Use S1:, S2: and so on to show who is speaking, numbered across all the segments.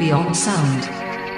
S1: Beyond Sound.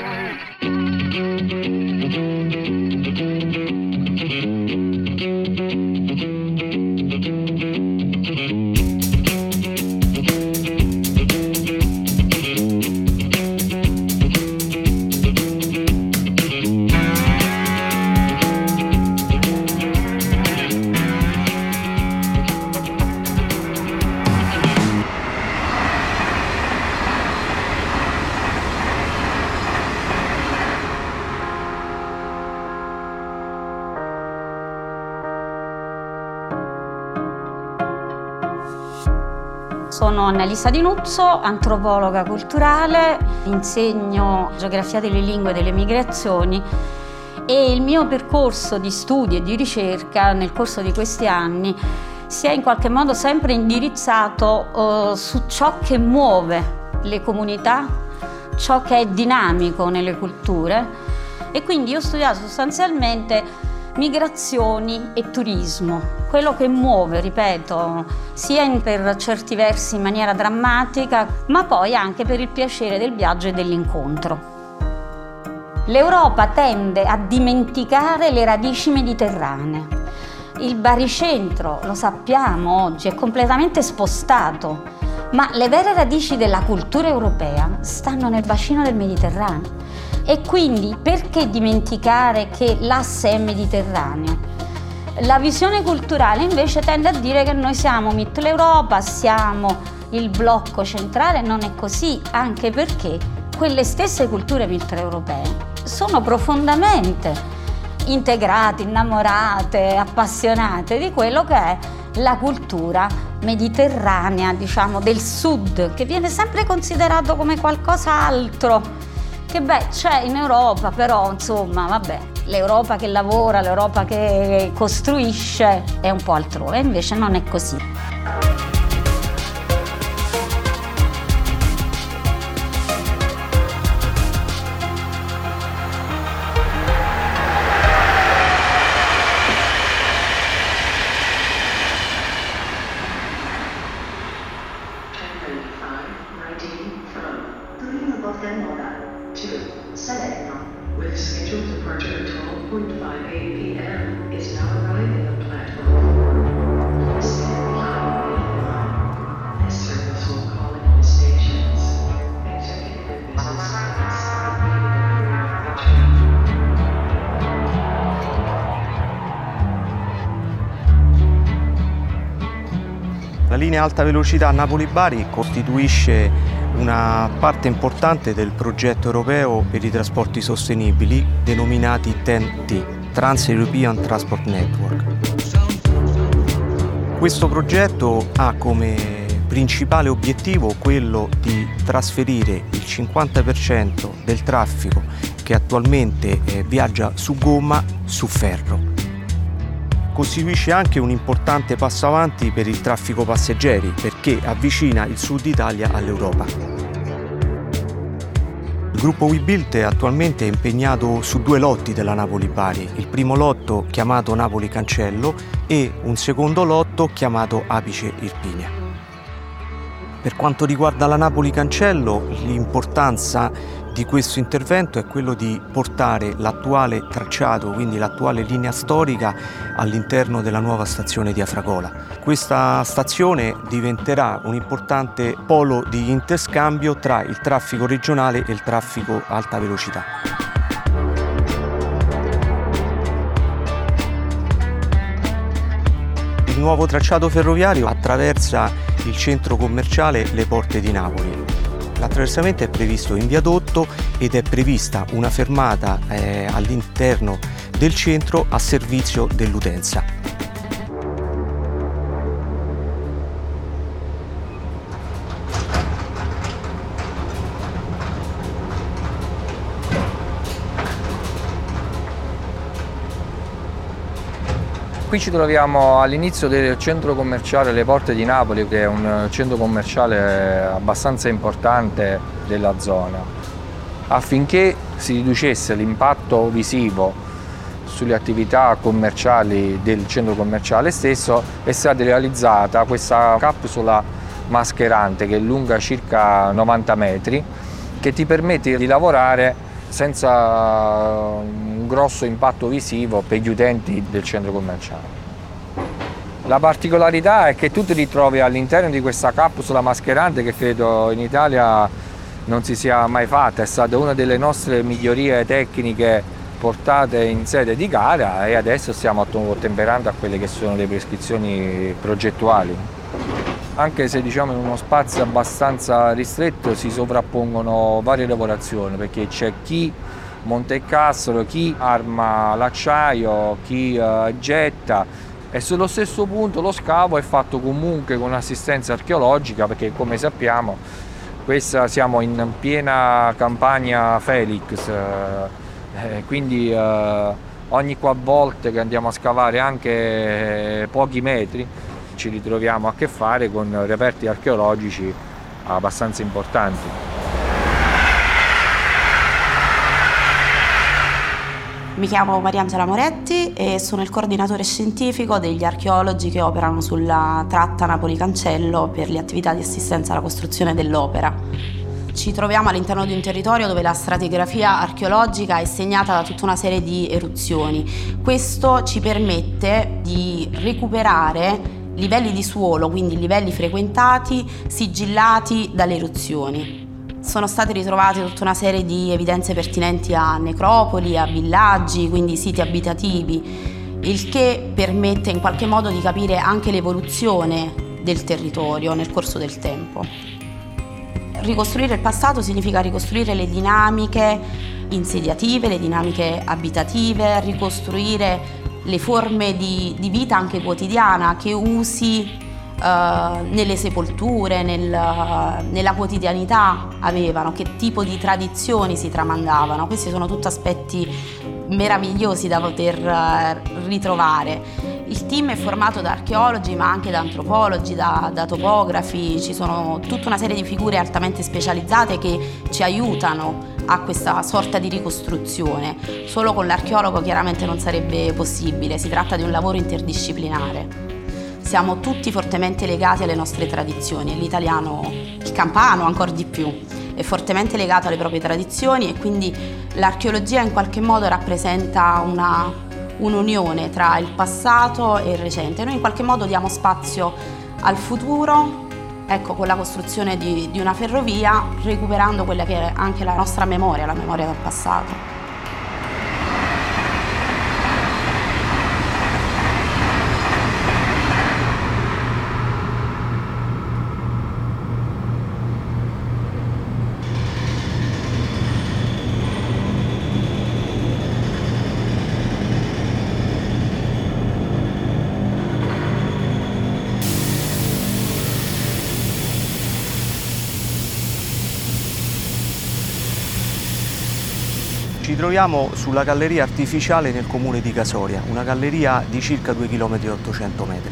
S2: Sono Annalisa Di Nuzzo, antropologa culturale, insegno geografia delle lingue e delle migrazioni e il mio percorso di studio e di ricerca nel corso di questi anni si è in qualche modo sempre indirizzato su ciò che muove le comunità, ciò che è dinamico nelle culture e quindi io ho studiato sostanzialmente migrazioni e turismo, quello che muove, ripeto, sia per certi versi in maniera drammatica, ma poi anche per il piacere del viaggio e dell'incontro. L'Europa tende a dimenticare le radici mediterranee. Il baricentro, lo sappiamo oggi, è completamente spostato, ma le vere radici della cultura europea stanno nel bacino del Mediterraneo. E quindi perché dimenticare che l'asse è mediterraneo? La visione culturale invece tende a dire che noi siamo Mitteleuropa, siamo il blocco centrale, non è così, anche perché quelle stesse culture mitteleuropee sono profondamente integrate, innamorate, appassionate di quello che è la cultura mediterranea, diciamo, del sud, che viene sempre considerato come qualcosa altro. Che c'è in Europa, però insomma, vabbè, l'Europa che lavora, l'Europa che costruisce è un po' altrove, invece non è così.
S3: Salerno, with scheduled departure at 12:58 p.m. is now arriving at platform 4. Please stand behind the line. This service will call in all stations. Executive and business class are waiting at the
S4: La linea alta velocità Napoli-Bari costituisce una parte importante del progetto europeo per i trasporti sostenibili denominati TEN-T, Trans-European Transport Network. Questo progetto ha come principale obiettivo quello di trasferire il 50% del traffico che attualmente viaggia su gomma su ferro. Costituisce anche un importante passo avanti per il traffico passeggeri perché avvicina il sud Italia all'Europa. Il gruppo Webuild è attualmente impegnato su 2 lotti della Napoli-Bari, il primo lotto chiamato Napoli-Cancello e un secondo lotto chiamato Apice-Irpinia. Per quanto riguarda la Napoli-Cancello, l'importanza di questo intervento è quello di portare l'attuale tracciato, quindi l'attuale linea storica, all'interno della nuova stazione di Afragola. Questa stazione diventerà un importante polo di interscambio tra il traffico regionale e il traffico alta velocità. Il nuovo tracciato ferroviario attraversa il centro commerciale Le Porte di Napoli. L'attraversamento è previsto in viadotto ed è prevista una fermata all'interno del centro a servizio dell'utenza.
S5: Qui ci troviamo all'inizio del centro commerciale Le Porte di Napoli, che è un centro commerciale abbastanza importante della zona. Affinché si riducesse l'impatto visivo sulle attività commerciali del centro commerciale stesso, è stata realizzata questa capsula mascherante che è lunga circa 90 metri che ti permette di lavorare senza un grosso impatto visivo per gli utenti del centro commerciale. La particolarità è che tu ti ritrovi all'interno di questa capsula mascherante che credo in Italia non si sia mai fatta, è stata una delle nostre migliorie tecniche portate in sede di gara e adesso stiamo ottemperando a quelle che sono le prescrizioni progettuali. Anche se diciamo in uno spazio abbastanza ristretto si sovrappongono varie lavorazioni, perché c'è chi monta il cassolo, chi arma l'acciaio, chi getta, e sullo stesso punto lo scavo è fatto comunque con assistenza archeologica, perché come sappiamo siamo in piena campagna Felix, quindi ogni qualvolta che andiamo a scavare anche pochi metri ci ritroviamo a che fare con reperti archeologici abbastanza importanti.
S1: Mi chiamo Mariangela Moretti e sono il coordinatore scientifico degli archeologi che operano sulla tratta Napoli-Cancello per le attività di assistenza alla costruzione dell'opera. Ci troviamo all'interno di un territorio dove la stratigrafia archeologica è segnata da tutta una serie di eruzioni. Questo ci permette di recuperare livelli di suolo, quindi livelli frequentati, sigillati dalle eruzioni. Sono state ritrovate tutta una serie di evidenze pertinenti a necropoli, a villaggi, quindi siti abitativi, il che permette in qualche modo di capire anche l'evoluzione del territorio nel corso del tempo. Ricostruire il passato significa ricostruire le dinamiche insediative, le dinamiche abitative, ricostruire le forme di vita anche quotidiana che usi nelle sepolture, nella quotidianità avevano, che tipo di tradizioni si tramandavano. Questi sono tutti aspetti meravigliosi da poter ritrovare. Il team è formato da archeologi ma anche da antropologi, da topografi, ci sono tutta una serie di figure altamente specializzate che ci aiutano a questa sorta di ricostruzione. Solo con l'archeologo chiaramente non sarebbe possibile, si tratta di un lavoro interdisciplinare. Siamo tutti fortemente legati alle nostre tradizioni, l'italiano, il campano ancora di più, è fortemente legato alle proprie tradizioni e quindi l'archeologia in qualche modo rappresenta un'unione tra il passato e il recente. Noi in qualche modo diamo spazio al futuro, ecco, con la costruzione di una ferrovia, recuperando quella che è anche la nostra memoria, la memoria del passato.
S4: Ci troviamo sulla galleria artificiale nel comune di Casoria, una galleria di circa 2 km e 800 metri.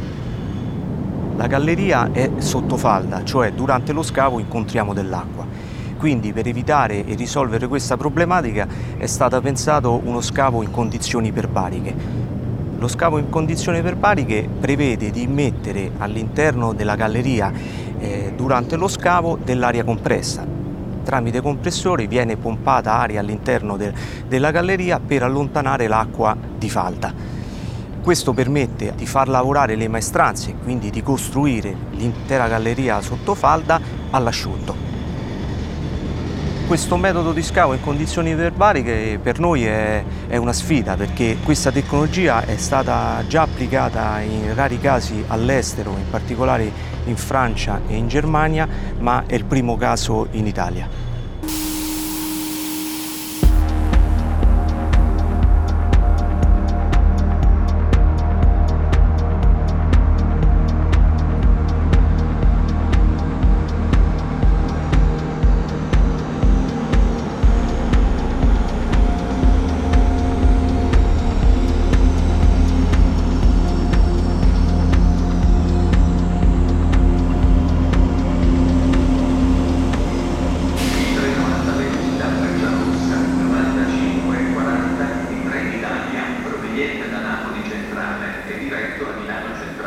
S4: La galleria è sottofalda, cioè durante lo scavo incontriamo dell'acqua. Quindi per evitare e risolvere questa problematica è stato pensato uno scavo in condizioni iperbariche. Lo scavo in condizioni iperbariche prevede di immettere all'interno della galleria durante lo scavo dell'aria compressa. Tramite compressore viene pompata aria all'interno della galleria per allontanare l'acqua di falda. Questo permette di far lavorare le maestranze, quindi di costruire l'intera galleria sotto falda all'asciutto. Questo metodo di scavo in condizioni iperbariche per noi è una sfida, perché questa tecnologia è stata già applicata in rari casi all'estero, in particolare in Francia e in Germania, ma è il primo caso in Italia.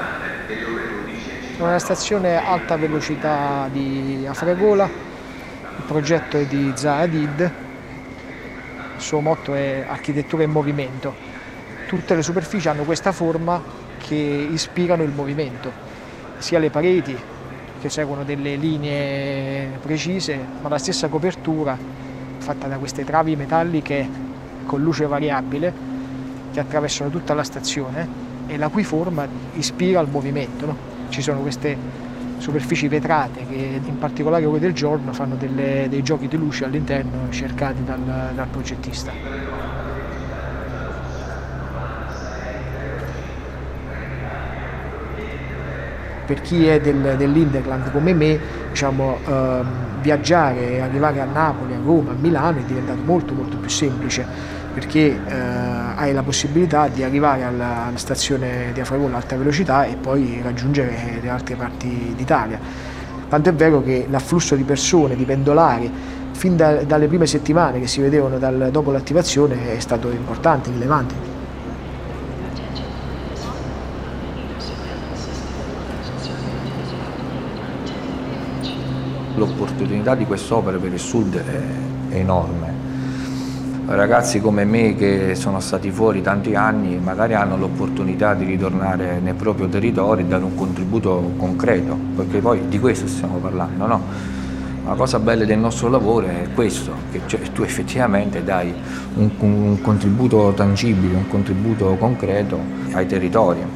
S6: È una stazione alta velocità di Afragola Il progetto è di Zaha Hadid, il suo motto è architettura in movimento. Tutte le superfici hanno questa forma che ispirano il movimento, sia le pareti che seguono delle linee precise, ma la stessa copertura fatta da queste travi metalliche con luce variabile che attraversano tutta la stazione e la cui forma ispira il movimento, no? Ci sono queste superfici vetrate che in particolare ore del giorno fanno dei giochi di luce all'interno cercati dal progettista. Per chi è dell'Interland come me, diciamo, viaggiare e arrivare a Napoli, a Roma, a Milano è diventato molto più semplice, perché hai la possibilità di arrivare alla stazione di Afragola alta velocità e poi raggiungere le altre parti d'Italia. Tanto è vero che l'afflusso di persone, di pendolari, fin dalle prime settimane che si vedevano dopo l'attivazione è stato importante, rilevante.
S5: L'opportunità di quest'opera per il Sud è enorme. Ragazzi come me che sono stati fuori tanti anni magari hanno l'opportunità di ritornare nel proprio territorio e dare un contributo concreto, perché poi di questo stiamo parlando, no? La cosa bella del nostro lavoro è questo, che tu effettivamente dai un contributo tangibile, un contributo concreto ai territori.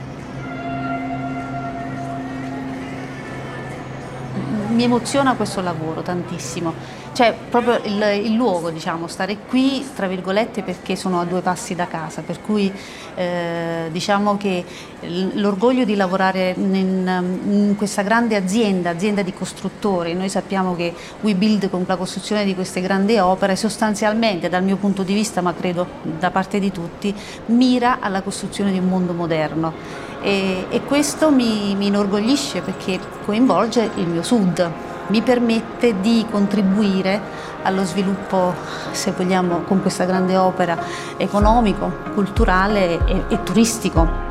S2: Mi emoziona questo lavoro tantissimo, cioè proprio il luogo, diciamo, stare qui tra virgolette perché sono a 2 passi da casa, per cui diciamo che l'orgoglio di lavorare in questa grande azienda di costruttori. Noi sappiamo che WeBuild, con la costruzione di queste grandi opere, sostanzialmente dal mio punto di vista, ma credo da parte di tutti, mira alla costruzione di un mondo moderno. E questo mi inorgoglisce perché coinvolge il mio Sud, mi permette di contribuire allo sviluppo, se vogliamo, con questa grande opera economico, culturale e turistico.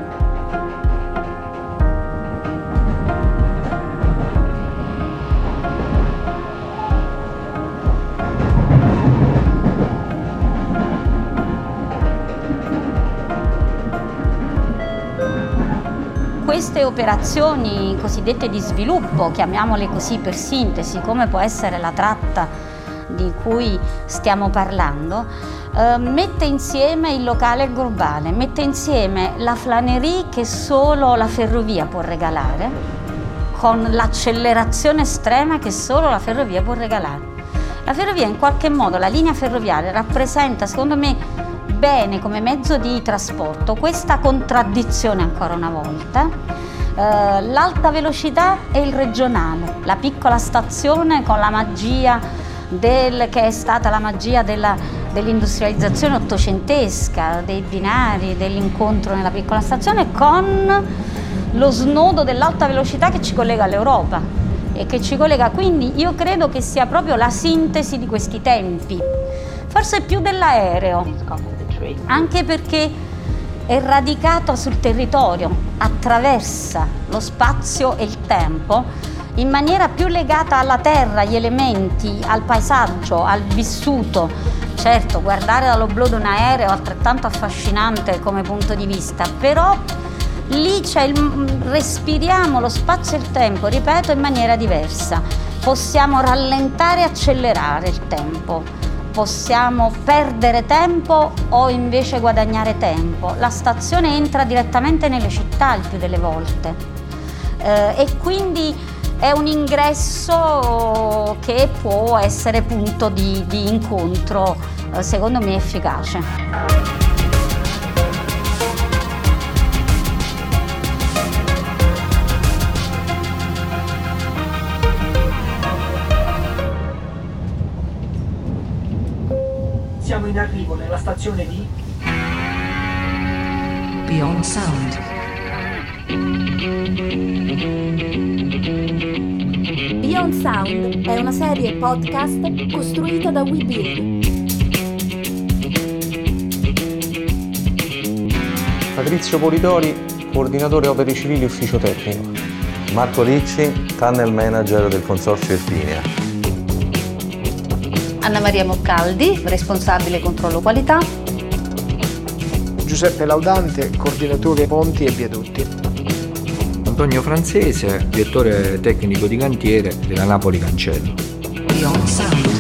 S2: Queste operazioni cosiddette di sviluppo, chiamiamole così per sintesi, come può essere la tratta di cui stiamo parlando, mette insieme il locale e il globale, mette insieme la flanerie che solo la ferrovia può regalare, con l'accelerazione estrema che solo la ferrovia può regalare. La ferrovia, in qualche modo, la linea ferroviaria rappresenta, secondo me, bene come mezzo di trasporto questa contraddizione ancora una volta, l'alta velocità e il regionale, la piccola stazione con la magia che è stata la magia dell'industrializzazione ottocentesca, dei binari, dell'incontro nella piccola stazione, con lo snodo dell'alta velocità che ci collega all'Europa e che ci collega, quindi io credo che sia proprio la sintesi di questi tempi, forse più dell'aereo, anche perché è radicato sul territorio, attraversa lo spazio e il tempo in maniera più legata alla terra, agli elementi, al paesaggio, al vissuto. Certo, guardare dall'oblò di un aereo è altrettanto affascinante come punto di vista, però lì respiriamo lo spazio e il tempo, ripeto, in maniera diversa. Possiamo rallentare e accelerare il tempo. Possiamo perdere tempo o invece guadagnare tempo. La stazione entra direttamente nelle città il più delle volte e quindi è un ingresso che può essere punto di incontro, secondo me, efficace.
S6: Siamo in arrivo nella stazione di
S7: Beyond Sound.
S8: Beyond Sound è una serie podcast costruita da WeBuild.
S4: Patrizio Polidori, coordinatore opere civili ufficio tecnico.
S9: Marco Ricci, tunnel manager del Consorzio Irpinia.
S2: Anna Maria Moccaldi, responsabile controllo qualità.
S6: Giuseppe Laudante, coordinatore ponti e viadotti.
S5: Antonio Francese, direttore tecnico di cantiere della Napoli Cancello.
S7: Beyond Sound.